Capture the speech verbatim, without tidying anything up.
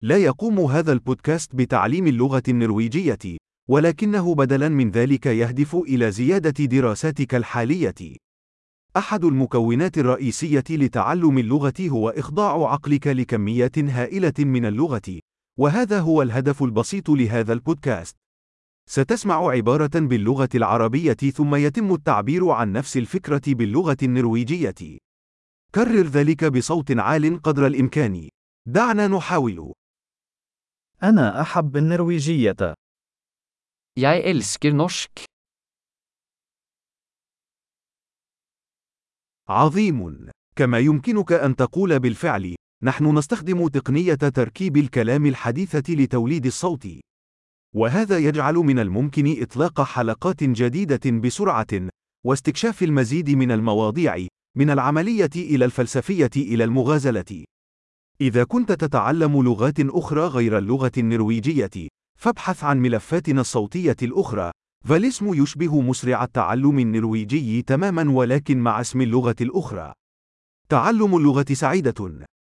لا يقوم هذا البودكاست بتعليم اللغة النرويجية، ولكنه بدلاً من ذلك يهدف إلى زيادة دراساتك الحالية. أحد المكونات الرئيسية لتعلم اللغة هو إخضاع عقلك لكميات هائلة من اللغة، وهذا هو الهدف البسيط لهذا البودكاست. ستسمع عبارة باللغة العربية ثم يتم التعبير عن نفس الفكرة باللغة النرويجية. كرر ذلك بصوت عال قدر الإمكان. دعنا نحاول. أنا أحب النرويجية. Jeg elsker norsk. عظيم. كما يمكنك أن تقول بالفعل، نحن نستخدم تقنية تركيب الكلام الحديثة لتوليد الصوت. وهذا يجعل من الممكن إطلاق حلقات جديدة بسرعة، واستكشاف المزيد من المواضيع، من العملية إلى الفلسفية إلى المغازلة. إذا كنت تتعلم لغات أخرى غير اللغة النرويجية، فابحث عن ملفاتنا الصوتية الأخرى، فالاسم يشبه مسرع التعلم النرويجي تماماً ولكن مع اسم اللغة الأخرى. تعلم اللغة سعيدة.